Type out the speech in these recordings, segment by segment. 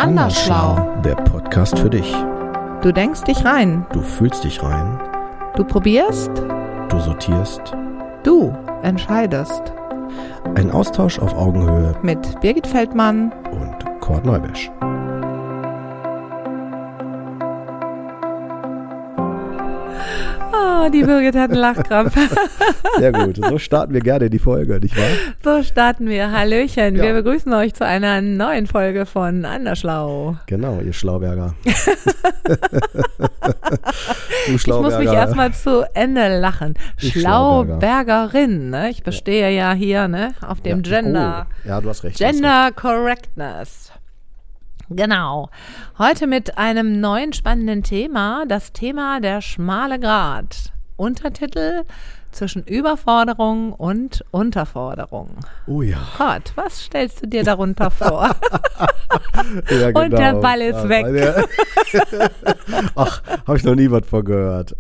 Andersschlau. Der Podcast für dich. Du denkst dich rein. Du fühlst dich rein. Du probierst. Du sortierst. Du entscheidest. Ein Austausch auf Augenhöhe Mit Birgit Feldmann und Kurt Neubesch. Oh, die Birgit hat einen Lachkrampf. Sehr gut, so starten wir gerne die Folge, nicht wahr? So starten wir. Hallöchen, Ja. wir begrüßen euch zu einer neuen Folge von Andersschlau. Genau, ihr Schlauberger. Du Ich muss mich erstmal zu Ende lachen. Ich Schlaubergerin, ne? Ich bestehe ja hier, ne, auf dem Gender. Oh, ja, du hast recht. Gender Correctness. Genau. Heute mit einem neuen spannenden Thema, das Thema der schmale Grat. Untertitel: zwischen Überforderung und Unterforderung. Oh ja. Gott, was stellst du dir darunter vor? Ja, genau. Und der Ball ist weg. Ach, habe ich noch nie was von gehört.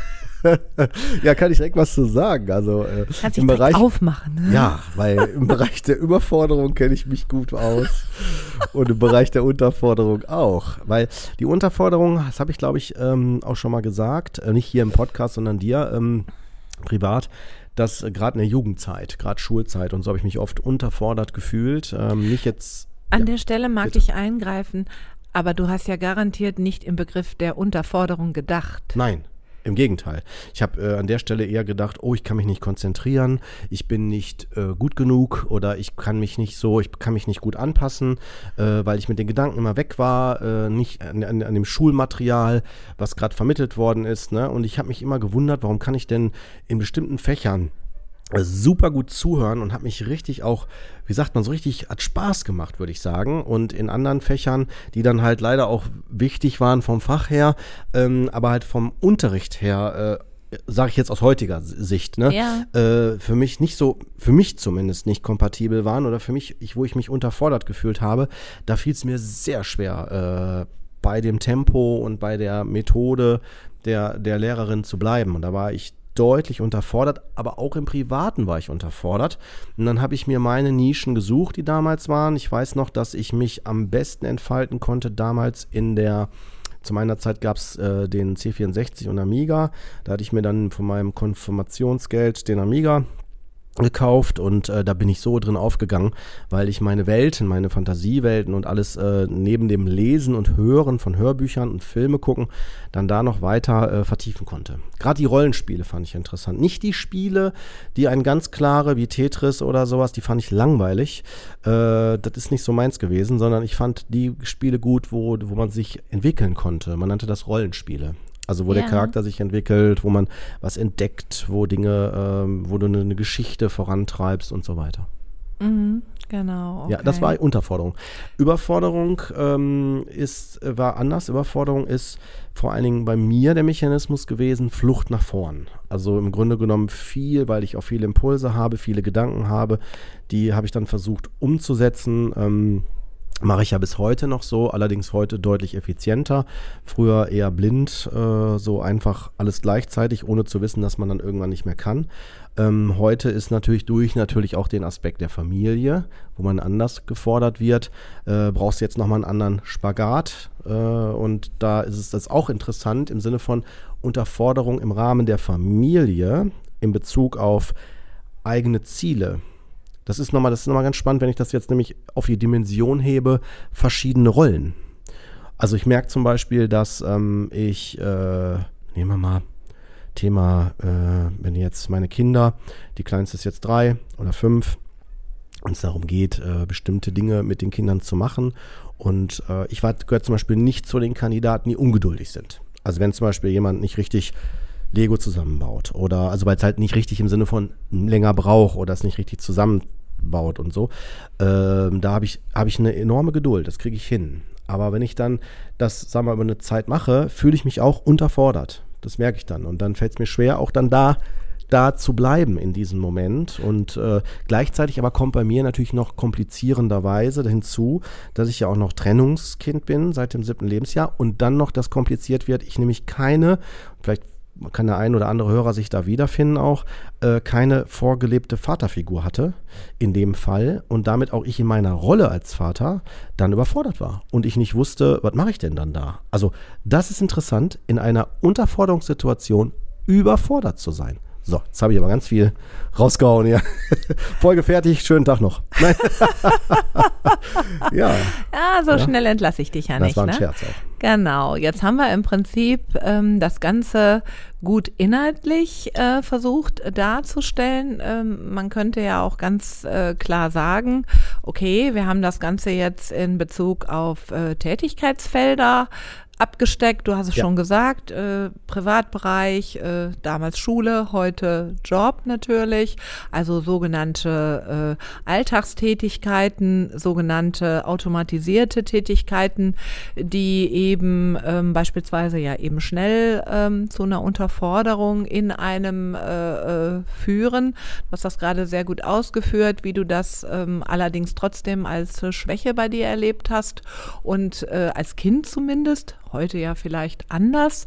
Ja, kann ich direkt was zu sagen. Also Kannst dich direkt aufmachen. Ne? Ja, weil im Bereich der Überforderung kenne ich mich gut aus und im Bereich der Unterforderung auch. Weil die Unterforderung, das habe ich glaube ich auch schon mal gesagt, nicht hier im Podcast, sondern dir privat, dass gerade in der Jugendzeit, gerade Schulzeit und so habe ich mich oft unterfordert gefühlt. Nicht jetzt. An der Stelle mag ich eingreifen, aber du hast ja garantiert nicht im Begriff der Unterforderung gedacht. Nein. Im Gegenteil. Ich habe an der Stelle eher gedacht, ich kann mich nicht konzentrieren, ich bin nicht gut genug oder ich kann mich nicht gut anpassen, weil ich mit den Gedanken immer weg war, nicht an dem Schulmaterial, was gerade vermittelt worden ist. Ne? Und ich habe mich immer gewundert, warum kann ich denn in bestimmten Fächern super gut zuhören und habe mich richtig auch, wie sagt man, so richtig, hat Spaß gemacht, würde ich sagen. Und in anderen Fächern, die dann halt leider auch wichtig waren vom Fach her, aber halt vom Unterricht her, sage ich jetzt aus heutiger Sicht, ne, Ja. für mich nicht so, für mich zumindest nicht kompatibel waren oder für mich, wo ich mich unterfordert gefühlt habe, da fiel es mir sehr schwer, bei dem Tempo und bei der Methode der Lehrerin zu bleiben. Und da war ich deutlich unterfordert, aber auch im Privaten war ich unterfordert. Und dann habe ich mir meine Nischen gesucht, die damals waren. Ich weiß noch, dass ich mich am besten entfalten konnte damals zu meiner Zeit gab es den C64 und Amiga. Da hatte ich mir dann von meinem Konfirmationsgeld den Amiga gekauft und da bin ich so drin aufgegangen, weil ich meine Welten, meine Fantasiewelten und alles neben dem Lesen und Hören von Hörbüchern und Filme gucken, dann da noch weiter vertiefen konnte. Gerade die Rollenspiele fand ich interessant. Nicht die Spiele, die ein ganz klare wie Tetris oder sowas, die fand ich langweilig. Das ist nicht so meins gewesen, sondern ich fand die Spiele gut, wo man sich entwickeln konnte. Man nannte das Rollenspiele. Also wo der Charakter sich entwickelt, wo man was entdeckt, wo Dinge, wo du eine Geschichte vorantreibst und so weiter. Mhm, genau. Okay. Ja, das war Unterforderung. Überforderung war anders. Überforderung ist vor allen Dingen bei mir der Mechanismus gewesen, Flucht nach vorn. Also im Grunde genommen weil ich auch viele Impulse habe, viele Gedanken habe, die habe ich dann versucht umzusetzen. Mache ich ja bis heute noch so, allerdings heute deutlich effizienter. Früher eher blind, so einfach alles gleichzeitig, ohne zu wissen, dass man dann irgendwann nicht mehr kann. Heute ist natürlich auch den Aspekt der Familie, wo man anders gefordert wird, brauchst du jetzt nochmal einen anderen Spagat. Und da ist es auch interessant im Sinne von Unterforderung im Rahmen der Familie in Bezug auf eigene Ziele. Das ist nochmal ganz spannend, wenn ich das jetzt nämlich auf die Dimension hebe, verschiedene Rollen. Also ich merke zum Beispiel, dass nehmen wir mal Thema, wenn jetzt meine Kinder, die kleinste ist jetzt 3 oder 5, und es darum geht, bestimmte Dinge mit den Kindern zu machen. Und ich gehöre zum Beispiel nicht zu den Kandidaten, die ungeduldig sind. Also wenn zum Beispiel jemand nicht richtig Lego zusammenbaut oder, also weil es halt nicht richtig im Sinne von länger braucht oder es nicht richtig zusammenbaut und so, da habe ich eine enorme Geduld, das kriege ich hin. Aber wenn ich dann das, sagen wir mal, über eine Zeit mache, fühle ich mich auch unterfordert. Das merke ich dann. Und dann fällt es mir schwer, auch dann da zu bleiben in diesem Moment. Und gleichzeitig aber kommt bei mir natürlich noch komplizierenderweise hinzu, dass ich ja auch noch Trennungskind bin seit dem 7. Lebensjahr und dann noch das kompliziert wird. Ich nämlich keine, vielleicht kann der ein oder andere Hörer sich da wiederfinden auch, keine vorgelebte Vaterfigur hatte, in dem Fall, und damit auch ich in meiner Rolle als Vater dann überfordert war und ich nicht wusste, was mache ich denn dann da? Also das ist interessant, in einer Unterforderungssituation überfordert zu sein. So, jetzt habe ich aber ganz viel rausgehauen hier. Folge fertig, schönen Tag noch. Nein. Ja, so schnell entlasse ich dich ja nicht. Das war ein Scherz auch. Genau, jetzt haben wir im Prinzip das Ganze gut inhaltlich versucht darzustellen. Man könnte ja auch ganz klar sagen, okay, wir haben das Ganze jetzt in Bezug auf Tätigkeitsfelder abgesteckt. Du hast es schon gesagt, Privatbereich, damals Schule, heute Job natürlich, also sogenannte Alltagstätigkeiten, sogenannte automatisierte Tätigkeiten, die eben beispielsweise ja eben schnell zu einer Unterforderung in einem führen. Du hast das gerade sehr gut ausgeführt, wie du das allerdings trotzdem als Schwäche bei dir erlebt hast und als Kind zumindest, heute ja vielleicht anders,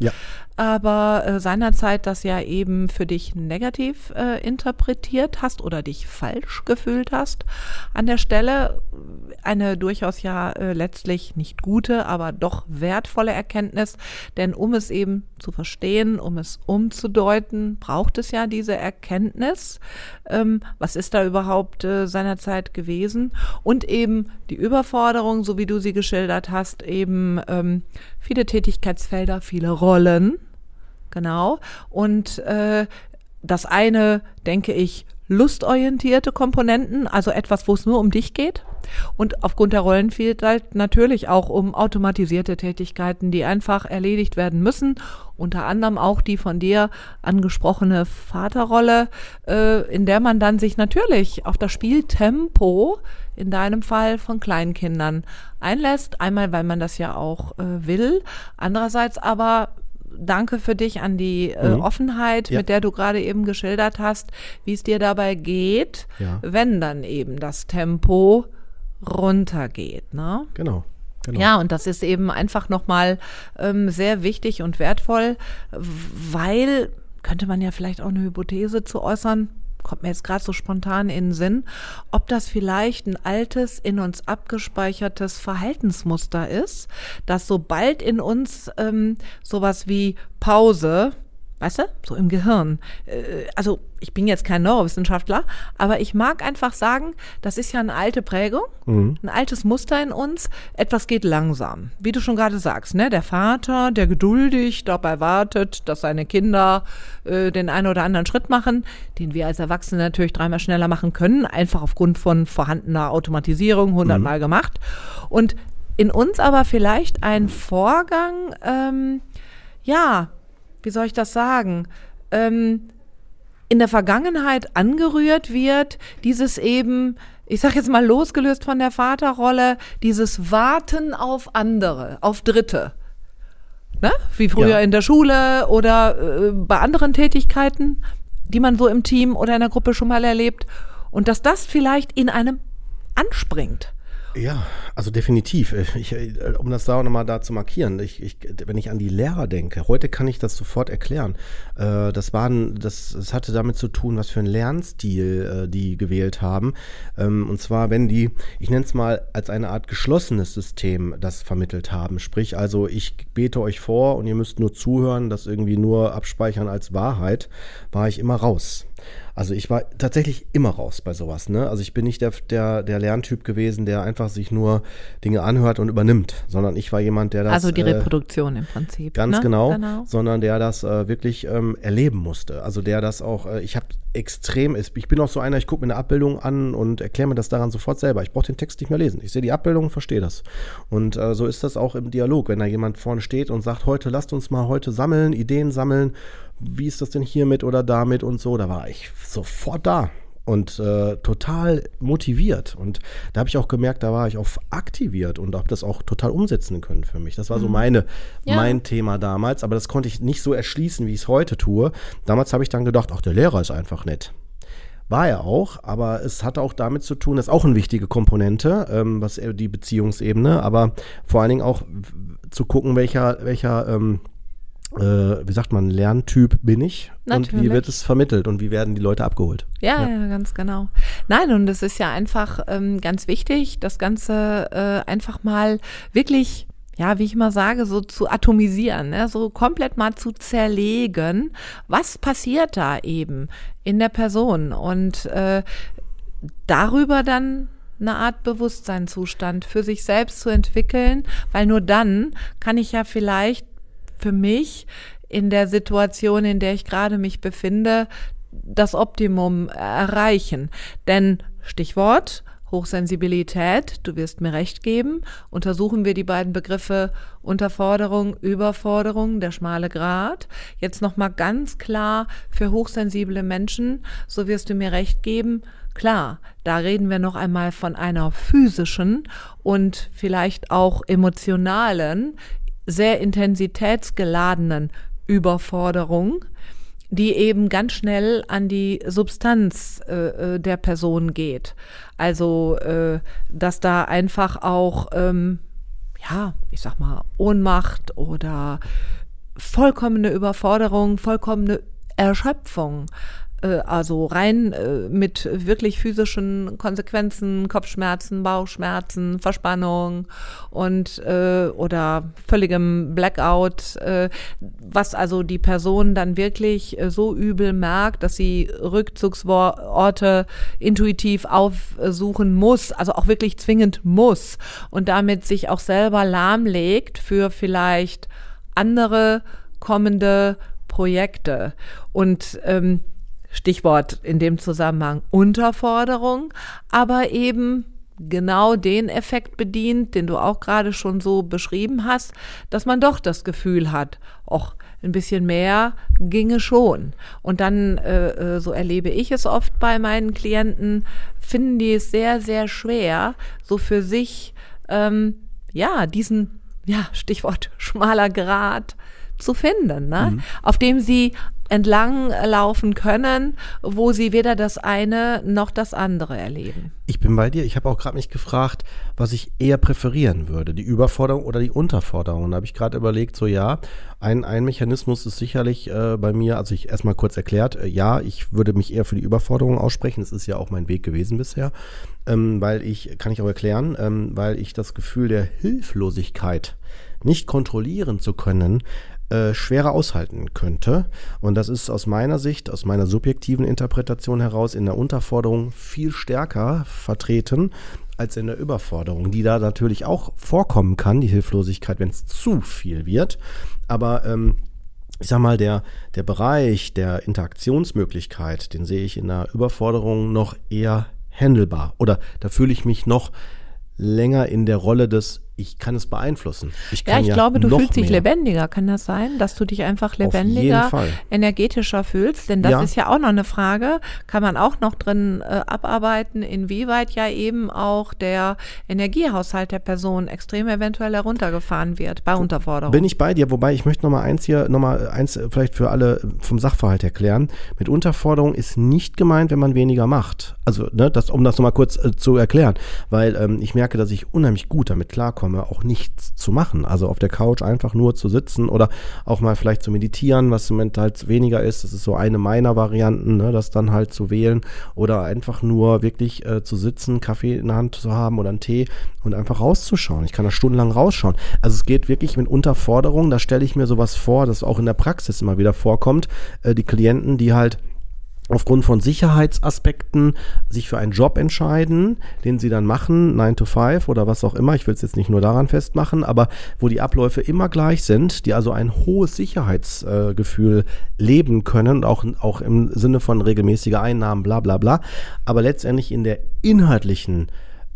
aber seinerzeit das ja eben für dich negativ interpretiert hast oder dich falsch gefühlt hast. An der Stelle eine durchaus ja letztlich nicht gute, aber doch wertvolle Erkenntnis, denn um es eben zu verstehen, um es umzudeuten, braucht es ja diese Erkenntnis. Was ist da überhaupt seinerzeit gewesen? Und eben die Überforderung, so wie du sie geschildert hast, eben viele Tätigkeitsfelder, viele Rollen, genau. Und das eine, denke ich, lustorientierte Komponenten, also etwas, wo es nur um dich geht. Und aufgrund der Rollenvielfalt natürlich auch um automatisierte Tätigkeiten, die einfach erledigt werden müssen. Unter anderem auch die von dir angesprochene Vaterrolle, in der man dann sich natürlich auf das Spieltempo, in deinem Fall von Kleinkindern, einlässt. Einmal, weil man das ja auch will. Andererseits aber danke für dich an die Offenheit, mit der du gerade eben geschildert hast, wie es dir dabei geht, wenn dann eben das Tempo runtergeht, ne? Genau. Ja, und das ist eben einfach nochmal sehr wichtig und wertvoll, weil, könnte man ja vielleicht auch eine Hypothese zu äußern, kommt mir jetzt gerade so spontan in den Sinn, ob das vielleicht ein altes, in uns abgespeichertes Verhaltensmuster ist, dass sobald in uns sowas wie Pause, weißt du, so im Gehirn, also ich bin jetzt kein Neurowissenschaftler, aber ich mag einfach sagen, das ist ja eine alte Prägung, ein altes Muster in uns, etwas geht langsam, wie du schon gerade sagst, ne? Der Vater, der geduldig dabei wartet, dass seine Kinder den einen oder anderen Schritt machen, den wir als Erwachsene natürlich 3-mal schneller machen können, einfach aufgrund von vorhandener Automatisierung, 100-mal gemacht, und in uns aber vielleicht ein Vorgang, wie soll ich das sagen, in der Vergangenheit angerührt wird, dieses eben, ich sag jetzt mal losgelöst von der Vaterrolle, dieses Warten auf andere, auf Dritte. Ne? Wie früher in der Schule oder bei anderen Tätigkeiten, die man so im Team oder in der Gruppe schon mal erlebt. Und dass das vielleicht in einem anspringt. Ja, also definitiv. Um das da nochmal zu markieren, wenn ich an die Lehrer denke, heute kann ich das sofort erklären. Das hatte damit zu tun, was für einen Lernstil die gewählt haben. Und zwar, wenn die, ich nenne es mal als eine Art geschlossenes System das vermittelt haben. Sprich, also ich bete euch vor und ihr müsst nur zuhören, das irgendwie nur abspeichern als Wahrheit, war ich immer raus. Also ich war tatsächlich immer raus bei sowas, ne? Also ich bin nicht der Lerntyp gewesen, der einfach sich nur Dinge anhört und übernimmt, sondern ich war jemand, der das... Also die Reproduktion im Prinzip. Ganz ne? genau, sondern der das wirklich erleben musste. Also der das auch, ich bin auch so einer, ich gucke mir eine Abbildung an und erkläre mir das daran sofort selber. Ich brauche den Text nicht mehr lesen. Ich sehe die Abbildung und verstehe das. Und so ist das auch im Dialog, wenn da jemand vorne steht und sagt, lasst uns mal heute sammeln, Ideen sammeln, wie ist das denn hiermit oder damit und so, da war ich sofort da und total motiviert, und da habe ich auch gemerkt, da war ich auch aktiviert und habe das auch total umsetzen können für mich. Das war so mein Thema damals, aber das konnte ich nicht so erschließen, wie ich es heute tue. Damals habe ich dann gedacht, ach, der Lehrer ist einfach nett. War er auch, aber es hatte auch damit zu tun, das ist auch eine wichtige Komponente, was die Beziehungsebene, aber vor allen Dingen auch zu gucken, welcher wie sagt man, Lerntyp bin ich? Natürlich. Und wie wird es vermittelt und wie werden die Leute abgeholt? Ja, ganz genau. Nein, und es ist ja einfach ganz wichtig, das Ganze einfach mal wirklich, ja, wie ich mal sage, so zu atomisieren, ne? So komplett mal zu zerlegen. Was passiert da eben in der Person? Und darüber dann eine Art Bewusstseinszustand für sich selbst zu entwickeln, weil nur dann kann ich ja vielleicht für mich in der Situation, in der ich gerade mich befinde, das Optimum erreichen. Denn Stichwort Hochsensibilität, du wirst mir recht geben, untersuchen wir die beiden Begriffe Unterforderung, Überforderung, der schmale Grat. Jetzt nochmal ganz klar für hochsensible Menschen, so wirst du mir recht geben, klar, da reden wir noch einmal von einer physischen und vielleicht auch emotionalen, sehr intensitätsgeladenen Überforderung, die eben ganz schnell an die Substanz der Person geht. Also, dass da einfach auch, ich sag mal, Ohnmacht oder vollkommene Überforderung, vollkommene Erschöpfung, also rein mit wirklich physischen Konsequenzen, Kopfschmerzen, Bauchschmerzen, Verspannung und oder völligem Blackout, was also die Person dann wirklich so übel merkt, dass sie Rückzugsorte intuitiv aufsuchen muss, also auch wirklich zwingend muss und damit sich auch selber lahmlegt für vielleicht andere kommende Projekte. Und Stichwort in dem Zusammenhang Unterforderung, aber eben genau den Effekt bedient, den du auch gerade schon so beschrieben hast, dass man doch das Gefühl hat, ach, ein bisschen mehr ginge schon. Und dann, so erlebe ich es oft bei meinen Klienten, finden die es sehr, sehr schwer, so für sich, diesen, Stichwort schmaler Grat zu finden, ne? Auf dem sie entlang laufen können, wo sie weder das eine noch das andere erleben. Ich bin bei dir. Ich habe auch gerade mich gefragt, was ich eher präferieren würde, die Überforderung oder die Unterforderung. Da habe ich gerade überlegt, so ein Mechanismus ist sicherlich bei mir, also ich erstmal kurz erklärt, ich würde mich eher für die Überforderung aussprechen. Das ist ja auch mein Weg gewesen bisher, weil ich das Gefühl der Hilflosigkeit nicht kontrollieren zu können, schwerer aushalten könnte. Und das ist aus meiner Sicht, aus meiner subjektiven Interpretation heraus in der Unterforderung viel stärker vertreten als in der Überforderung, die da natürlich auch vorkommen kann, die Hilflosigkeit, wenn es zu viel wird. Aber ich sag mal, der Bereich der Interaktionsmöglichkeit, den sehe ich in der Überforderung noch eher handelbar. Oder da fühle ich mich noch länger in der Rolle des, ich kann es beeinflussen. Ich glaube, du fühlst dich lebendiger. Kann das sein, dass du dich einfach lebendiger, energetischer fühlst? Denn das ist ja auch noch eine Frage, kann man auch noch drin abarbeiten, inwieweit ja eben auch der Energiehaushalt der Person extrem eventuell heruntergefahren wird bei Unterforderung. Bin ich bei dir, wobei ich möchte noch mal eins vielleicht für alle vom Sachverhalt erklären. Mit Unterforderung ist nicht gemeint, wenn man weniger macht. Also, um das noch mal kurz zu erklären, weil ich merke, dass ich unheimlich gut damit klarkomme, auch nichts zu machen. Also auf der Couch einfach nur zu sitzen oder auch mal vielleicht zu meditieren, was im Moment halt weniger ist. Das ist so eine meiner Varianten, das dann halt zu wählen oder einfach nur wirklich zu sitzen, Kaffee in der Hand zu haben oder einen Tee und einfach rauszuschauen. Ich kann da stundenlang rausschauen. Also es geht wirklich mit Unterforderung. Da stelle ich mir sowas vor, das auch in der Praxis immer wieder vorkommt. Die Klienten, die halt aufgrund von Sicherheitsaspekten sich für einen Job entscheiden, den sie dann machen, 9 to 5 oder was auch immer, ich will es jetzt nicht nur daran festmachen, aber wo die Abläufe immer gleich sind, die also ein hohes Sicherheitsgefühl leben können, auch im Sinne von regelmäßiger Einnahmen, bla bla bla, aber letztendlich in der inhaltlichen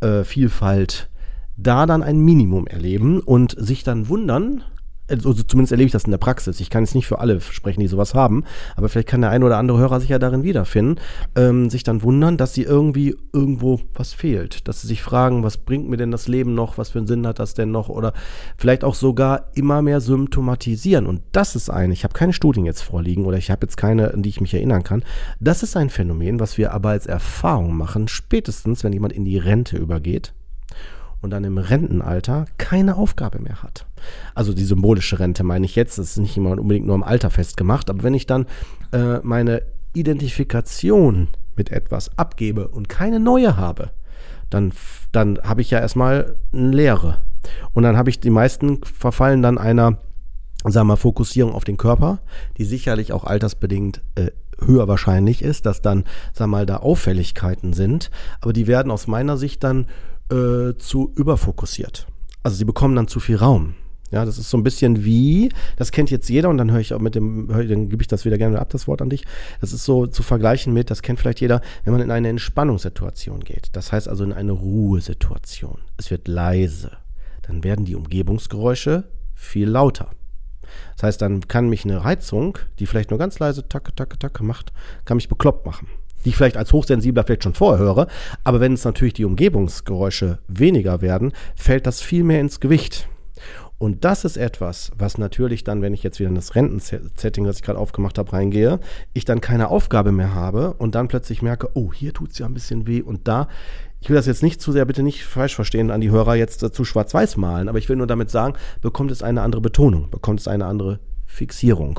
Vielfalt da dann ein Minimum erleben und sich dann wundern, also zumindest erlebe ich das in der Praxis. Ich kann jetzt nicht für alle sprechen, die sowas haben, aber vielleicht kann der ein oder andere Hörer sich ja darin wiederfinden, sich dann wundern, dass sie irgendwo was fehlt, dass sie sich fragen, was bringt mir denn das Leben noch, was für einen Sinn hat das denn noch oder vielleicht auch sogar immer mehr symptomatisieren und das ist ich habe keine Studien jetzt vorliegen oder ich habe jetzt keine, an die ich mich erinnern kann, das ist ein Phänomen, was wir aber als Erfahrung machen, spätestens, wenn jemand in die Rente übergeht und dann im Rentenalter keine Aufgabe mehr hat. Also die symbolische Rente meine ich jetzt, das ist nicht immer unbedingt nur im Alter festgemacht, aber wenn ich dann meine Identifikation mit etwas abgebe und keine neue habe, dann habe ich ja erstmal eine Leere. Und dann habe ich, die meisten verfallen dann einer, sagen wir mal, Fokussierung auf den Körper, die sicherlich auch altersbedingt höher wahrscheinlich ist, dass dann, sagen wir mal, da Auffälligkeiten sind, aber die werden aus meiner Sicht dann zu überfokussiert. Also sie bekommen dann zu viel Raum. Ja, das ist so ein bisschen wie, das kennt jetzt jeder und dann höre ich auch dann gebe ich das wieder gerne ab, das Wort an dich. Das ist so zu vergleichen mit, das kennt vielleicht jeder, wenn man in eine Entspannungssituation geht. Das heißt also in eine Ruhesituation. Es wird leise. Dann werden die Umgebungsgeräusche viel lauter. Das heißt, dann kann mich eine Reizung, die vielleicht nur ganz leise Tacke, Tacke, Tacke macht, kann mich bekloppt machen. Die ich vielleicht als Hochsensibler vielleicht schon vorher höre, aber wenn es natürlich die Umgebungsgeräusche weniger werden, fällt das viel mehr ins Gewicht. Und das ist etwas, was natürlich dann, wenn ich jetzt wieder in das Rentensetting, das ich gerade aufgemacht habe, reingehe, ich dann keine Aufgabe mehr habe und dann plötzlich merke, oh, hier tut es ja ein bisschen weh und da. Ich will das jetzt nicht zu sehr, bitte nicht falsch verstehen, an die Hörer jetzt zu schwarz-weiß malen, aber ich will nur damit sagen, bekommt es eine andere Betonung, bekommt es eine andere Fixierung.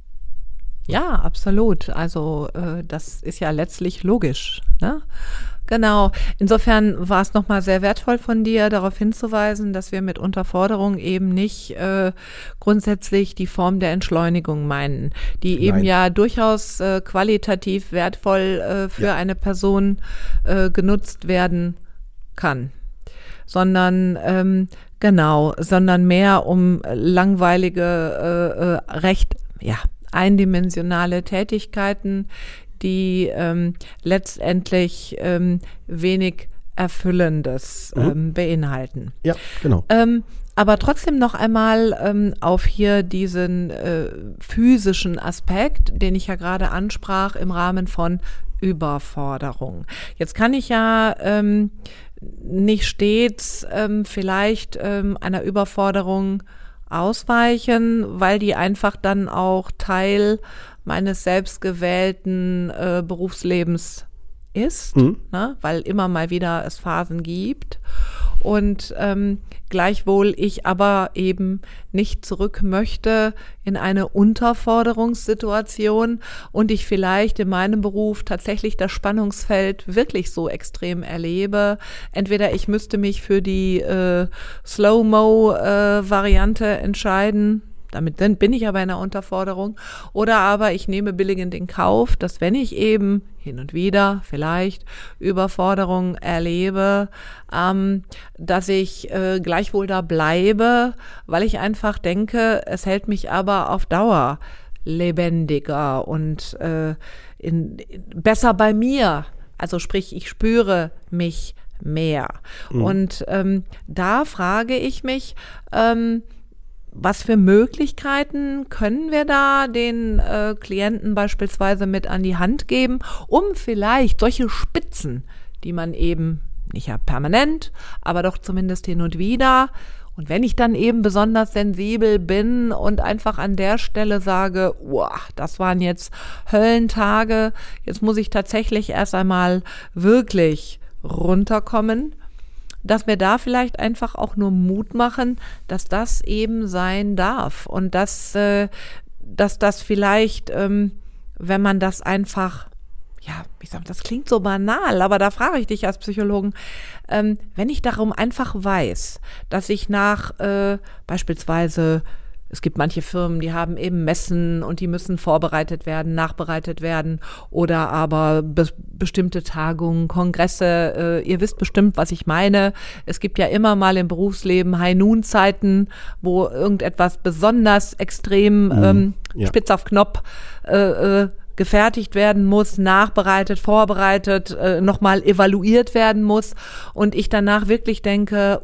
Ja, absolut. Also das ist ja letztlich logisch, ne? Genau. Insofern war es nochmal sehr wertvoll von dir, darauf hinzuweisen, dass wir mit Unterforderung eben nicht grundsätzlich die Form der Entschleunigung meinen, die eben ja durchaus qualitativ wertvoll für eine Person genutzt werden kann, sondern sondern mehr um langweilige, recht eindimensionale Tätigkeiten, die letztendlich wenig Erfüllendes beinhalten. Ja, genau. Aber trotzdem noch einmal auf hier diesen physischen Aspekt, den ich ja gerade ansprach im Rahmen von Überforderung. Jetzt kann ich ja nicht stets vielleicht einer Überforderung ausweichen, weil die einfach dann auch Teil meines selbstgewählten Berufslebens ist, ne? Weil immer mal wieder es Phasen gibt und gleichwohl ich aber eben nicht zurück möchte in eine Unterforderungssituation und ich vielleicht in meinem Beruf tatsächlich das Spannungsfeld wirklich so extrem erlebe. Entweder ich müsste mich für die Slow-Mo-Variante entscheiden, damit bin ich aber in einer Unterforderung. Oder aber ich nehme billigend in Kauf, dass wenn ich eben hin und wieder vielleicht Überforderung erlebe, dass ich gleichwohl da bleibe, weil ich einfach denke, es hält mich aber auf Dauer lebendiger und besser bei mir. Also sprich, ich spüre mich mehr. Und da frage ich mich, was für Möglichkeiten können wir da den Klienten beispielsweise mit an die Hand geben, um vielleicht solche Spitzen, die man eben nicht ja permanent, aber doch zumindest hin und wieder, und wenn ich dann eben besonders sensibel bin und einfach an der Stelle sage, das waren jetzt Höllentage, jetzt muss ich tatsächlich erst einmal wirklich runterkommen, dass wir da vielleicht einfach auch nur Mut machen, dass das eben sein darf und dass das vielleicht, wenn man das einfach, das klingt so banal, aber da frage ich dich als Psychologen, wenn ich darum einfach weiß, dass ich nach beispielsweise, es gibt manche Firmen, die haben eben Messen und die müssen vorbereitet werden, nachbereitet werden oder aber bestimmte Tagungen, Kongresse, ihr wisst bestimmt, was ich meine. Es gibt ja immer mal im Berufsleben High-Noon-Zeiten, wo irgendetwas besonders extrem spitz auf Knopf gefertigt werden muss, nachbereitet, vorbereitet, nochmal evaluiert werden muss und ich danach wirklich denke,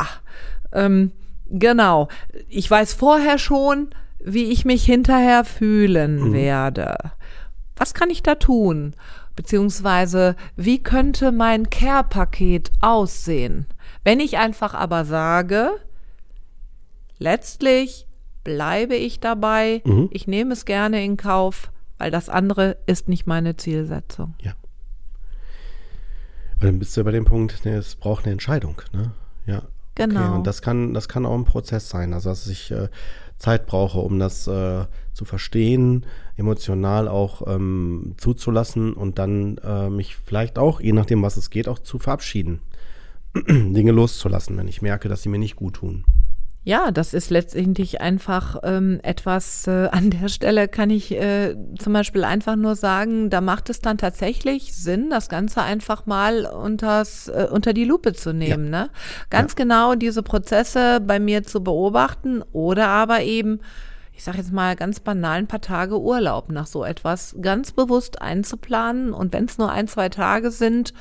genau, ich weiß vorher schon, wie ich mich hinterher fühlen werde. Was kann ich da tun? Beziehungsweise, wie könnte mein Care-Paket aussehen? Wenn ich einfach aber sage, letztlich bleibe ich dabei, ich nehme es gerne in Kauf, weil das andere ist nicht meine Zielsetzung. Ja. Und dann bist du bei dem Punkt, es braucht eine Entscheidung, ne? Ja. Genau. Okay. Und das kann auch ein Prozess sein, also dass ich Zeit brauche, um das zu verstehen, emotional auch zuzulassen und dann mich vielleicht auch, je nachdem, was es geht, auch zu verabschieden. Dinge loszulassen, wenn ich merke, dass sie mir nicht gut tun. Ja, das ist letztendlich einfach etwas, an der Stelle kann ich zum Beispiel einfach nur sagen, da macht es dann tatsächlich Sinn, das Ganze einfach mal unter die Lupe zu nehmen. Ja. Ne? Ganz genau diese Prozesse bei mir zu beobachten oder aber eben, ich sage jetzt mal ganz banal, ein paar Tage Urlaub nach so etwas ganz bewusst einzuplanen und wenn es nur 1-2 Tage sind,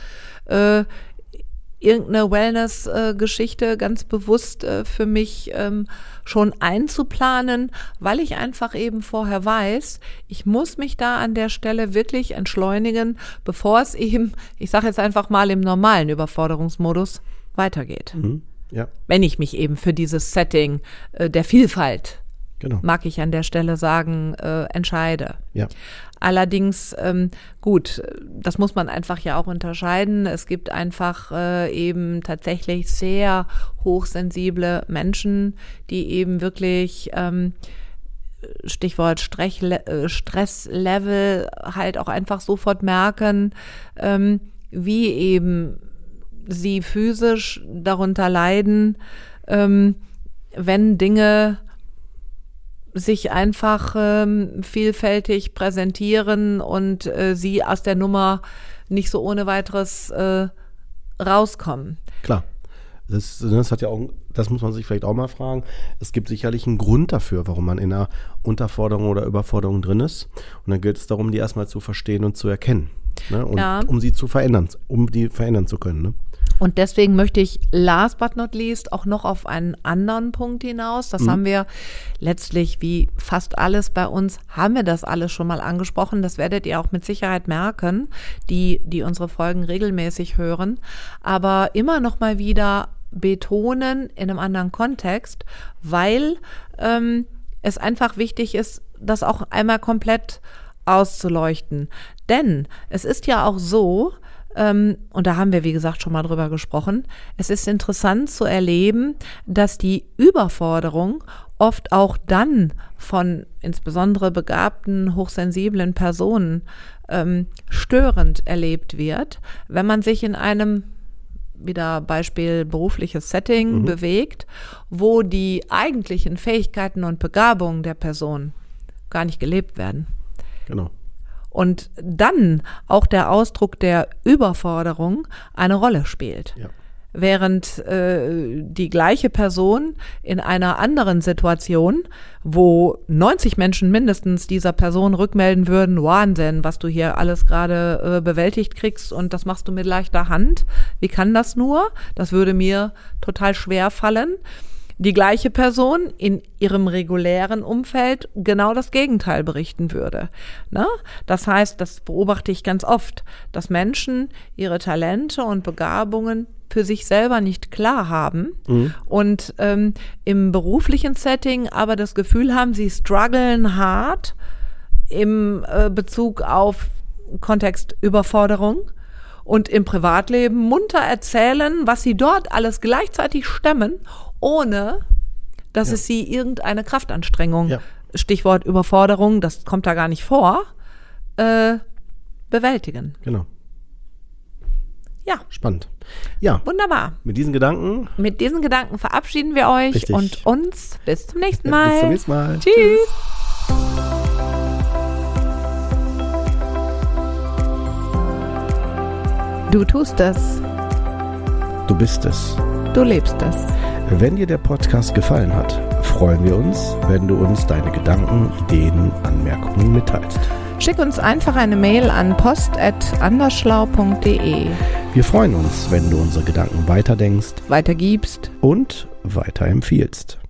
irgendeine Wellness-Geschichte ganz bewusst für mich schon einzuplanen, weil ich einfach eben vorher weiß, ich muss mich da an der Stelle wirklich entschleunigen, bevor es eben, ich sage jetzt einfach mal im normalen Überforderungsmodus weitergeht. Mhm. Ja. Wenn ich mich eben für dieses Setting der Vielfalt, mag ich an der Stelle sagen, entscheide. Ja. Allerdings, gut, das muss man einfach ja auch unterscheiden. Es gibt einfach eben tatsächlich sehr hochsensible Menschen, die eben wirklich, Stichwort Stresslevel, halt auch einfach sofort merken, wie eben sie physisch darunter leiden, wenn Dinge sich einfach vielfältig präsentieren und sie aus der Nummer nicht so ohne weiteres rauskommen. Klar. Das hat ja auch, das muss man sich vielleicht auch mal fragen. Es gibt sicherlich einen Grund dafür, warum man in einer Unterforderung oder Überforderung drin ist. Und dann gilt es darum, die erstmal zu verstehen und zu erkennen. Ne? Und um sie zu verändern, um die verändern zu können. Ne? Und deswegen möchte ich last but not least auch noch auf einen anderen Punkt hinaus. Das haben wir letztlich, wie fast alles bei uns, haben wir das alles schon mal angesprochen. Das werdet ihr auch mit Sicherheit merken, die unsere Folgen regelmäßig hören. Aber immer noch mal wieder betonen in einem anderen Kontext, weil es einfach wichtig ist, das auch einmal komplett auszuleuchten. Denn es ist ja auch so, und da haben wir, wie gesagt, schon mal drüber gesprochen, es ist interessant zu erleben, dass die Überforderung oft auch dann von insbesondere begabten, hochsensiblen Personen störend erlebt wird, wenn man sich in einem, wieder Beispiel berufliches Setting, bewegt, wo die eigentlichen Fähigkeiten und Begabungen der Person gar nicht gelebt werden. Genau. Und dann auch der Ausdruck der Überforderung eine Rolle spielt. Ja. Während die gleiche Person in einer anderen Situation, wo 90 Menschen mindestens dieser Person rückmelden würden, Wahnsinn, was du hier alles gerade bewältigt kriegst und das machst du mit leichter Hand. Wie kann das nur? Das würde mir total schwer fallen. Die gleiche Person in ihrem regulären Umfeld genau das Gegenteil berichten würde. Ne? Das heißt, das beobachte ich ganz oft, dass Menschen ihre Talente und Begabungen für sich selber nicht klar haben und im beruflichen Setting aber das Gefühl haben, sie strugglen hart im Bezug auf Kontext Überforderung und im Privatleben munter erzählen, was sie dort alles gleichzeitig stemmen, ohne dass es sie irgendeine Kraftanstrengung, Stichwort Überforderung, das kommt da gar nicht vor, bewältigen. Genau. Ja. Spannend. Ja. Wunderbar. Mit diesen Gedanken verabschieden wir euch. Richtig. Und uns bis zum nächsten Mal. Bis zum nächsten Mal. Tschüss. Du tust es. Du bist es. Du lebst es. Wenn dir der Podcast gefallen hat, freuen wir uns, wenn du uns deine Gedanken, Ideen, Anmerkungen mitteilst. Schick uns einfach eine Mail an post@andersschlau.de. Wir freuen uns, wenn du unsere Gedanken weiterdenkst, weitergibst und weiterempfiehlst.